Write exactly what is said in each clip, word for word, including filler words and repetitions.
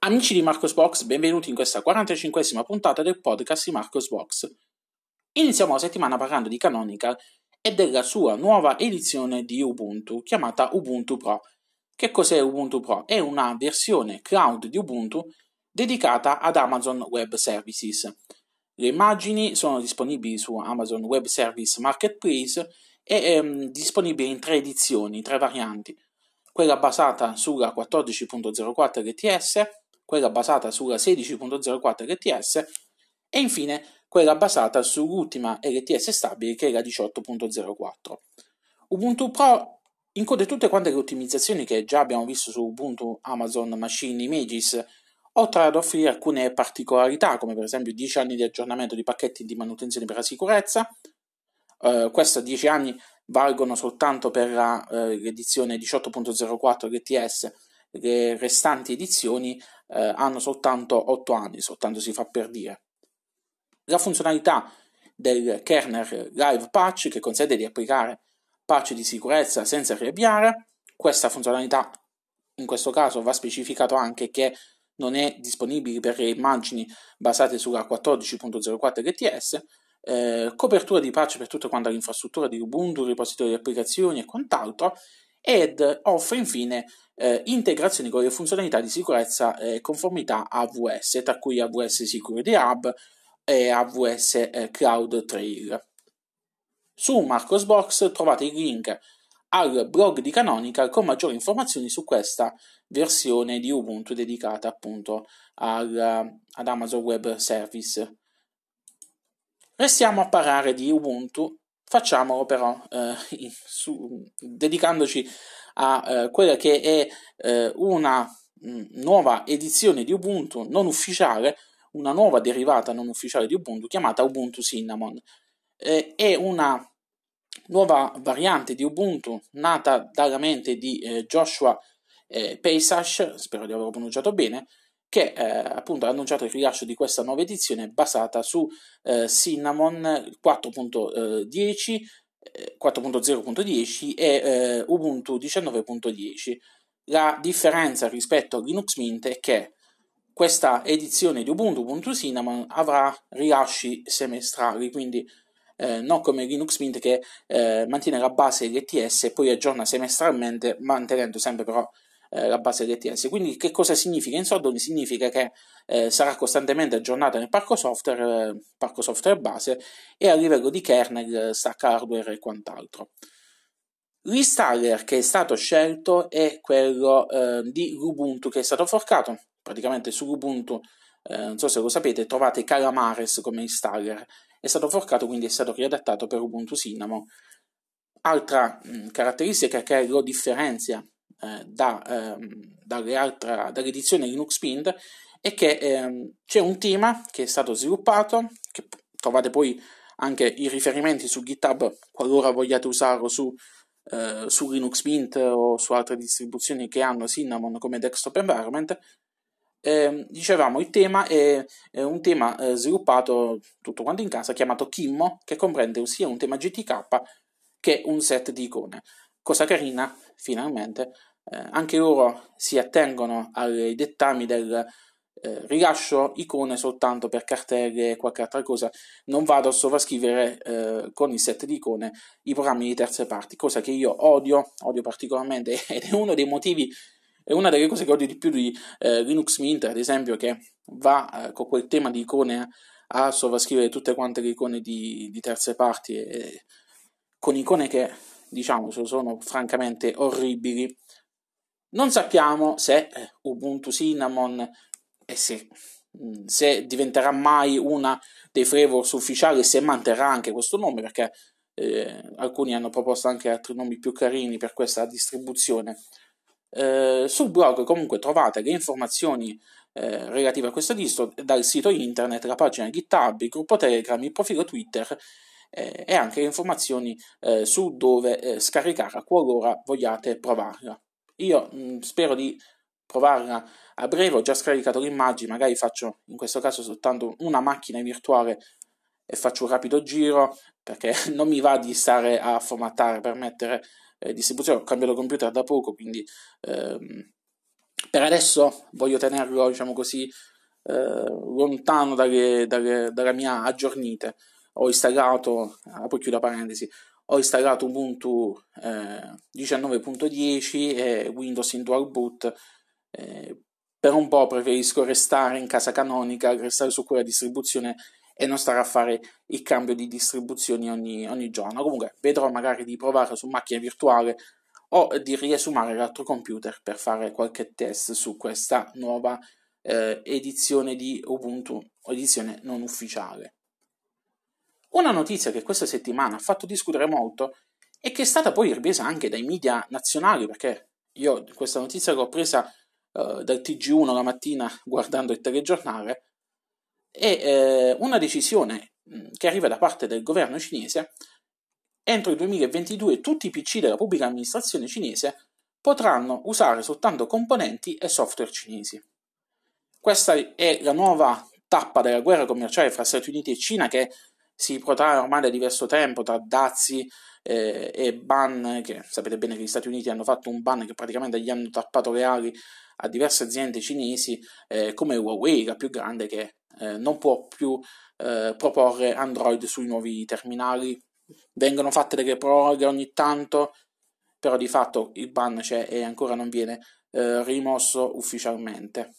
Amici di Marcosbox, benvenuti in questa quarantacinquesima puntata del podcast di Marcosbox. Iniziamo la settimana parlando di Canonical e della sua nuova edizione di Ubuntu, chiamata Ubuntu Pro. Che cos'è Ubuntu Pro? È una versione cloud di Ubuntu dedicata ad Amazon Web Services. Le immagini sono disponibili su Amazon Web Service Marketplace e è um, disponibile in tre edizioni, tre varianti. Quella basata sulla quattordici punto zero quattro R T S, quella basata sulla sedici punto zero quattro R T S e infine quella basata sull'ultima R T S stabile che è la diciotto punto zero quattro. Ubuntu Pro include tutte quante le ottimizzazioni che già abbiamo visto su Ubuntu Amazon Machine Images, oltre ad offrire alcune particolarità come per esempio dieci anni di aggiornamento di pacchetti di manutenzione per la sicurezza. Uh, questi dieci anni valgono soltanto per la, uh, l'edizione diciotto punto zero quattro R T S. Le restanti edizioni eh, hanno soltanto otto anni, soltanto si fa per dire. La funzionalità del kernel Live Patch che consente di applicare patch di sicurezza senza riavviare. Questa funzionalità in questo caso va specificato anche che non è disponibile per le immagini basate sulla quattordici punto zero quattro R T S. Eh, copertura di patch per tutta quanta l'infrastruttura di Ubuntu, repository di applicazioni e quant'altro, ed offre infine eh, integrazioni con le funzionalità di sicurezza e conformità A W S, tra cui A W S Security Hub e A W S eh, Cloud Trail. Su Marcosbox trovate il link al blog di Canonical con maggiori informazioni su questa versione di Ubuntu dedicata appunto al, ad Amazon Web Service. Restiamo a parlare di Ubuntu. Facciamolo però eh, su, dedicandoci a eh, quella che è eh, una mh, nuova edizione di Ubuntu non ufficiale, una nuova derivata non ufficiale di Ubuntu chiamata Ubuntu Cinnamon. Eh, è una nuova variante di Ubuntu nata dalla mente di eh, Joshua eh, Peisash, spero di averlo pronunciato bene, che eh, appunto ha annunciato il rilascio di questa nuova edizione basata su eh, Cinnamon quattro punto dieci, eh, quattro punto zero punto dieci e eh, Ubuntu diciannove punto dieci. La differenza rispetto a Linux Mint è che questa edizione di Ubuntu, Ubuntu Cinnamon, avrà rilasci semestrali, quindi eh, non come Linux Mint che eh, mantiene la base L T S e poi aggiorna semestralmente, mantenendo sempre però la base L T S. Quindi che cosa significa? In soldoni significa che eh, sarà costantemente aggiornata nel parco software, eh, parco software base e a livello di kernel, stack hardware e quant'altro. L'installer che è stato scelto è quello eh, di Ubuntu che è stato forcato. Praticamente su Ubuntu, eh, non so se lo sapete, trovate Calamares come installer. È stato forcato, quindi è stato riadattato per Ubuntu Cinnamon. Altra mh, caratteristica che lo differenzia Eh, da, ehm, dalle altre, dall'edizione Linux Mint è che ehm, c'è un tema che è stato sviluppato, che trovate poi anche i riferimenti su GitHub qualora vogliate usarlo su, eh, su Linux Mint o su altre distribuzioni che hanno Cinnamon come desktop environment. Eh, dicevamo, il tema è, è un tema eh, sviluppato tutto quanto in casa chiamato Kimmo, che comprende sia un tema G T K che un set di icone. Cosa carina, finalmente, eh, anche loro si attengono ai dettami del eh, rilascio icone soltanto per cartelle e qualche altra cosa. Non vado a sovrascrivere eh, con il set di icone i programmi di terze parti, cosa che io odio, odio particolarmente, ed è uno dei motivi, è una delle cose che odio di più di eh, Linux Mint, ad esempio, che va eh, con quel tema di icone a sovrascrivere tutte quante le icone di, di terze parti, e, con icone che, diciamo, sono francamente orribili. Non sappiamo se Ubuntu Cinnamon e se, se diventerà mai una dei frameworks ufficiali, se manterrà anche questo nome, perché eh, alcuni hanno proposto anche altri nomi più carini per questa distribuzione. Eh, sul blog comunque trovate le informazioni eh, relative a questa distro dal sito internet, la pagina GitHub, il gruppo Telegram, il profilo Twitter eh, e anche le informazioni eh, su dove eh, scaricarla qualora vogliate provarla. Io mh, spero di provarla a breve, ho già scaricato l'immagine, magari faccio in questo caso soltanto una macchina virtuale e faccio un rapido giro, perché non mi va di stare a formattare per mettere eh, distribuzione. Ho cambiato computer da poco, quindi ehm, Per adesso voglio tenerlo, diciamo così, eh, lontano dalle, dalle, dalla mia aggiornite. Ho installato, ah, poi chiudo parentesi, ho installato Ubuntu eh, diciannove punto dieci e Windows in Dual Boot. Eh, per un po' preferisco restare in casa canonica, restare su quella distribuzione e non stare a fare il cambio di distribuzioni ogni, ogni giorno. Comunque vedrò magari di provare su macchina virtuale o di riesumare l'altro computer per fare qualche test su questa nuova eh, edizione di Ubuntu, edizione non ufficiale. Una notizia che questa settimana ha fatto discutere molto e che è stata poi ripresa anche dai media nazionali, perché io questa notizia l'ho presa uh, dal T G uno la mattina guardando il telegiornale, è eh, una decisione mh, che arriva da parte del governo cinese. Entro il duemilaventidue tutti i P C della pubblica amministrazione cinese potranno usare soltanto componenti e software cinesi. Questa è la nuova tappa della guerra commerciale fra Stati Uniti e Cina, che si protrae ormai da diverso tempo tra dazi eh, e ban, che sapete bene che gli Stati Uniti hanno fatto un ban che praticamente gli hanno tappato le ali a diverse aziende cinesi, eh, come Huawei, la più grande, che eh, non può più eh, proporre Android sui nuovi terminali. Vengono fatte delle proroghe ogni tanto, però di fatto il ban c'è e ancora non viene eh, rimosso ufficialmente.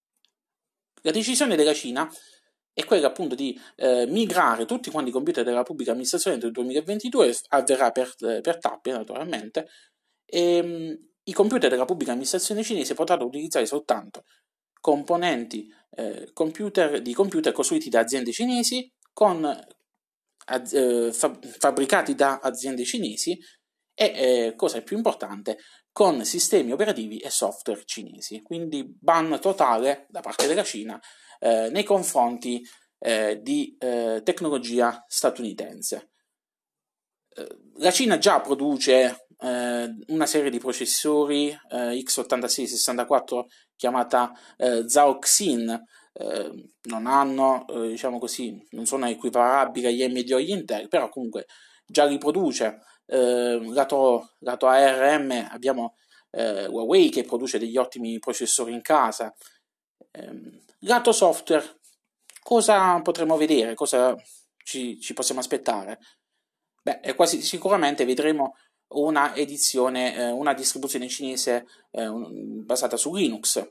La decisione della Cina è quella appunto di eh, migrare tutti quanti i computer della pubblica amministrazione entro il duemilaventidue, avverrà per, per tappe naturalmente, e mh, i computer della pubblica amministrazione cinese potranno utilizzare soltanto componenti eh, computer, di computer costruiti da aziende cinesi, con az- eh, fab- fabbricati da aziende cinesi e, eh, cosa più importante, con sistemi operativi e software cinesi. Quindi ban totale da parte della Cina eh, nei confronti eh, di eh, tecnologia statunitense. Eh, la Cina già produce eh, una serie di processori eh, x ottantasei sessantaquattro chiamata eh, Zhaoxin. Eh, non hanno, eh, diciamo così, non sono equiparabili agli M D o agli Intel, però comunque già li produce. Eh, lato, lato A R M abbiamo eh, Huawei che produce degli ottimi processori in casa. Eh, lato software, cosa potremo vedere? Cosa ci, ci possiamo aspettare? Beh, e quasi sicuramente vedremo una edizione, eh, una distribuzione cinese eh, un, basata su Linux.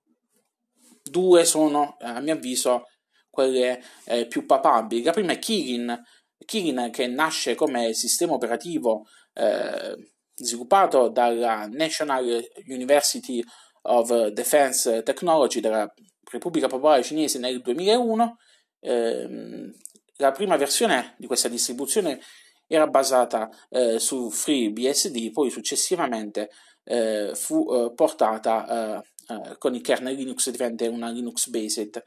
Due sono, a mio avviso, quelle eh, più papabili. La prima è Kirin, Kirin che nasce come sistema operativo eh, sviluppato dalla National University of Defense Technology della Repubblica Popolare Cinese nel duemilauno. Eh, la prima versione di questa distribuzione era basata eh, su FreeBSD, poi successivamente eh, fu eh, portata eh, eh, con il kernel Linux, diventa una Linux based.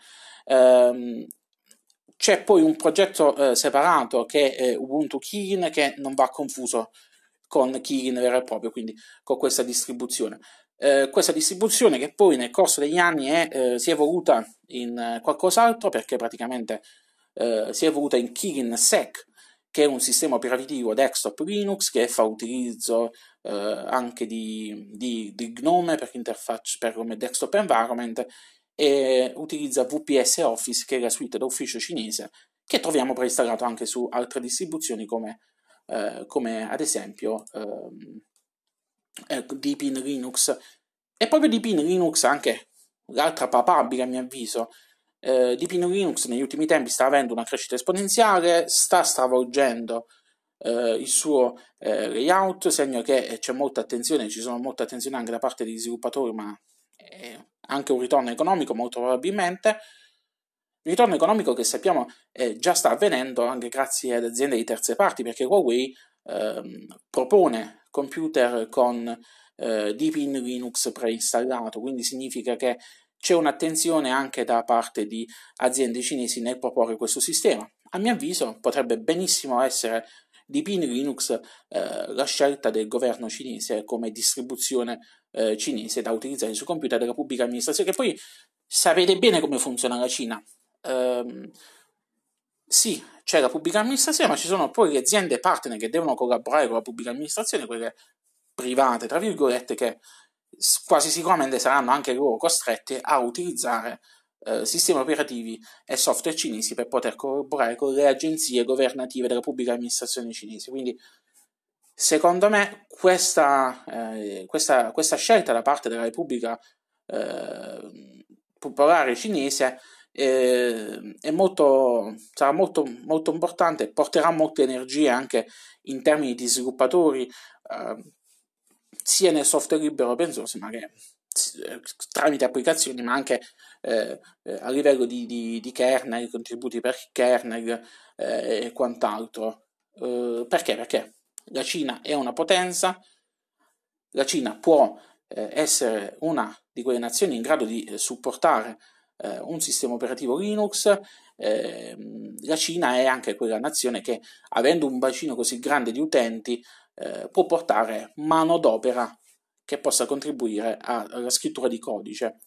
Um, c'è poi un progetto eh, separato che è Ubuntu Kirin, che non va confuso con Kirin vero e proprio, quindi con questa distribuzione. Eh, questa distribuzione che poi nel corso degli anni è, eh, si è evoluta in eh, qualcos'altro, perché praticamente eh, si è evoluta in Kirin Sec, che è un sistema operativo desktop Linux che fa utilizzo eh, anche di, di, di Gnome per interfaccia per come desktop environment, e utilizza V P S Office, che è la suite d'ufficio cinese che troviamo preinstallato anche su altre distribuzioni come, eh, come ad esempio ehm, eh, Deepin Linux. E proprio Deepin Linux, anche l'altra papabile a mio avviso, eh, Deepin Linux negli ultimi tempi sta avendo una crescita esponenziale, sta stravolgendo eh, il suo eh, layout, segno che c'è molta attenzione, ci sono molta attenzione anche da parte degli sviluppatori, ma eh, anche un ritorno economico molto probabilmente. Ritorno economico che sappiamo eh, già sta avvenendo anche grazie ad aziende di terze parti, perché Huawei eh, propone computer con eh, Deepin Linux preinstallato, quindi significa che c'è un'attenzione anche da parte di aziende cinesi nel proporre questo sistema. A mio avviso potrebbe benissimo essere Deepin Linux eh, la scelta del governo cinese come distribuzione eh, cinese da utilizzare su computer della pubblica amministrazione, che poi sapete bene come funziona la Cina. Um, sì, c'è la pubblica amministrazione, ma ci sono poi le aziende partner che devono collaborare con la pubblica amministrazione, quelle private, tra virgolette, che quasi sicuramente saranno anche loro costretti a utilizzare eh, sistemi operativi e software cinesi per poter collaborare con le agenzie governative della pubblica amministrazione cinese. Quindi, secondo me, questa, eh, questa, questa scelta da parte della Repubblica eh, Popolare Cinese eh, è molto, sarà molto, molto importante, porterà molte energie anche in termini di sviluppatori, eh, sia nel software libero open source, ma che tramite applicazioni, ma anche eh, a livello di, di, di kernel, contributi per kernel eh, e quant'altro. Eh, perché? Perché la Cina è una potenza, la Cina può eh, essere una di quelle nazioni in grado di eh, supportare eh, un sistema operativo Linux. Eh, la Cina è anche quella nazione che, avendo un bacino così grande di utenti, eh, può portare manodopera che possa contribuire alla scrittura di codice.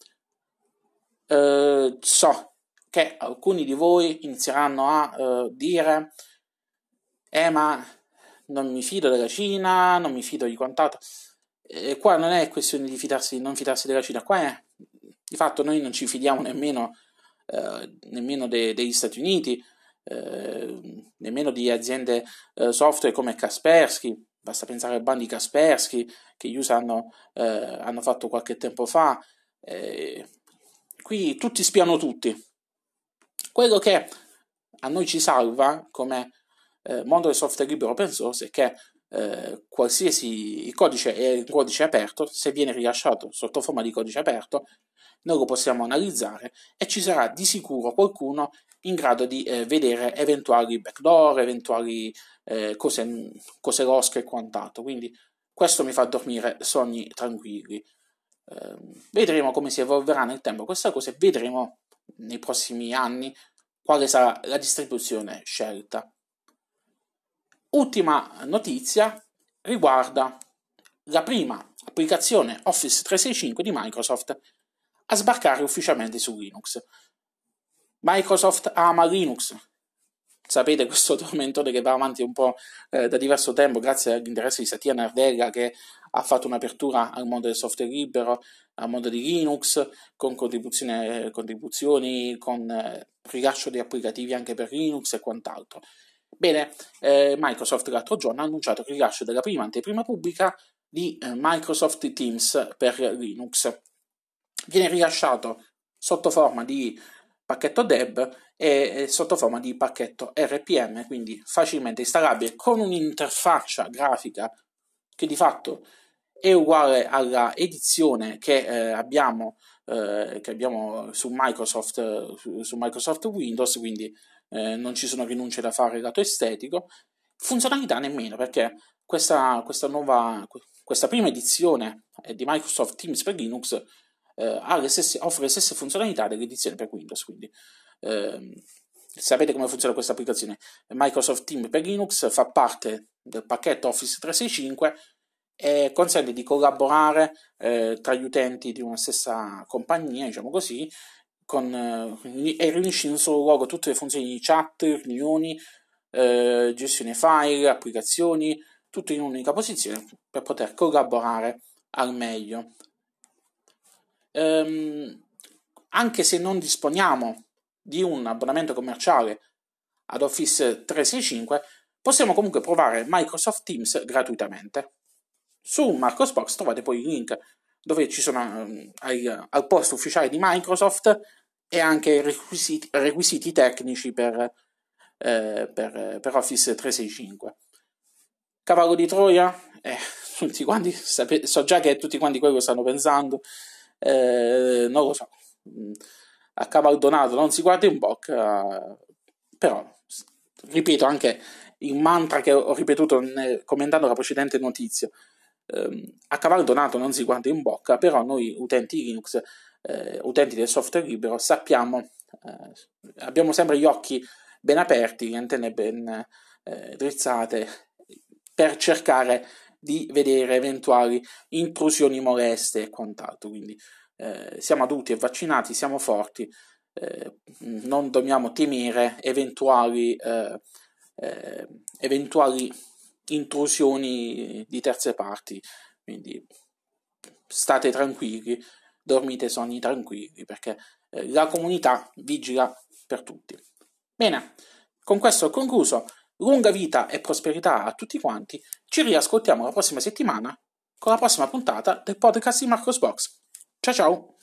Eh, so che alcuni di voi inizieranno a eh, dire eh ma non mi fido della Cina, non mi fido di quant'altro. E qua non è questione di fidarsi, non fidarsi della Cina, qua è di fatto noi non ci fidiamo nemmeno, eh, nemmeno de, degli Stati Uniti, eh, nemmeno di aziende eh, software come Kaspersky. Basta pensare al ban di Kaspersky che gli U S A hanno, eh, hanno fatto qualche tempo fa. Eh, qui tutti spiano tutti. Quello che a noi ci salva come eh, mondo del software libero open source è che eh, qualsiasi codice è un codice aperto, se viene rilasciato sotto forma di codice aperto, noi lo possiamo analizzare e ci sarà di sicuro qualcuno in grado di eh, vedere eventuali backdoor, eventuali eh, cose, cose losche e quant'altro. Quindi questo mi fa dormire sogni tranquilli. Eh, vedremo come si evolverà nel tempo questa cosa e vedremo nei prossimi anni quale sarà la distribuzione scelta. Ultima notizia riguarda la prima applicazione Office trecentosessantacinque di Microsoft a sbarcare ufficialmente su Linux. Microsoft ama Linux. Sapete, questo tormentone che va avanti un po' eh, da diverso tempo grazie all'interesse di Satya Nadella, che ha fatto un'apertura al mondo del software libero, al mondo di Linux, con contribuzioni, contribuzioni con eh, rilascio di applicativi anche per Linux e quant'altro. Bene, eh, Microsoft l'altro giorno ha annunciato il rilascio della prima anteprima pubblica di eh, Microsoft Teams per Linux. Viene rilasciato sotto forma di pacchetto deb e sotto forma di pacchetto erre pi emme, quindi facilmente installabile con un'interfaccia grafica che di fatto è uguale alla edizione che eh, abbiamo, eh, che abbiamo su Microsoft, su, su Microsoft Windows, quindi eh, non ci sono rinunce da fare lato estetico. Funzionalità nemmeno, perché questa, questa nuova, questa prima edizione di Microsoft Teams per Linux eh, ha le stesse, offre le stesse funzionalità dell'edizione per Windows, quindi eh, sapete come funziona questa applicazione. Microsoft Teams per Linux fa parte del pacchetto Office trecentosessantacinque e consente di collaborare eh, tra gli utenti di una stessa compagnia, diciamo così, con, eh, e riunisce in un solo luogo tutte le funzioni di chat, riunioni, eh, gestione file, applicazioni, tutto in un'unica posizione per poter collaborare al meglio. Ehm, anche se non disponiamo di un abbonamento commerciale ad Office trecentosessantacinque, possiamo comunque provare Microsoft Teams gratuitamente. Su Marcosbox trovate poi il link dove ci sono um, al, al post ufficiale di Microsoft e anche i requisiti, requisiti tecnici per, eh, per, per Office trecentosessantacinque. Cavallo di Troia? Eh, tutti quanti, sape- so già che tutti quanti quello stanno pensando, eh, non lo so. A cavaldonato non si guarda in bocca, però ripeto anche il mantra che ho ripetuto nel, commentando la precedente notizia. Eh, a cavaldonato non si guarda in bocca, però noi utenti Linux, eh, utenti del software libero, sappiamo, eh, abbiamo sempre gli occhi ben aperti, le antenne ben eh, drizzate per cercare di vedere eventuali intrusioni moleste e quant'altro. Quindi eh, siamo adulti e vaccinati, siamo forti, eh, non dobbiamo temere eventuali, eh, eh, eventuali intrusioni di terze parti. Quindi state tranquilli, dormite sonni tranquilli, perché eh, la comunità vigila per tutti. Bene, con questo ho concluso. Lunga vita e prosperità a tutti quanti. Ci riascoltiamo la prossima settimana con la prossima puntata del podcast di Marcos Box. Ciao ciao!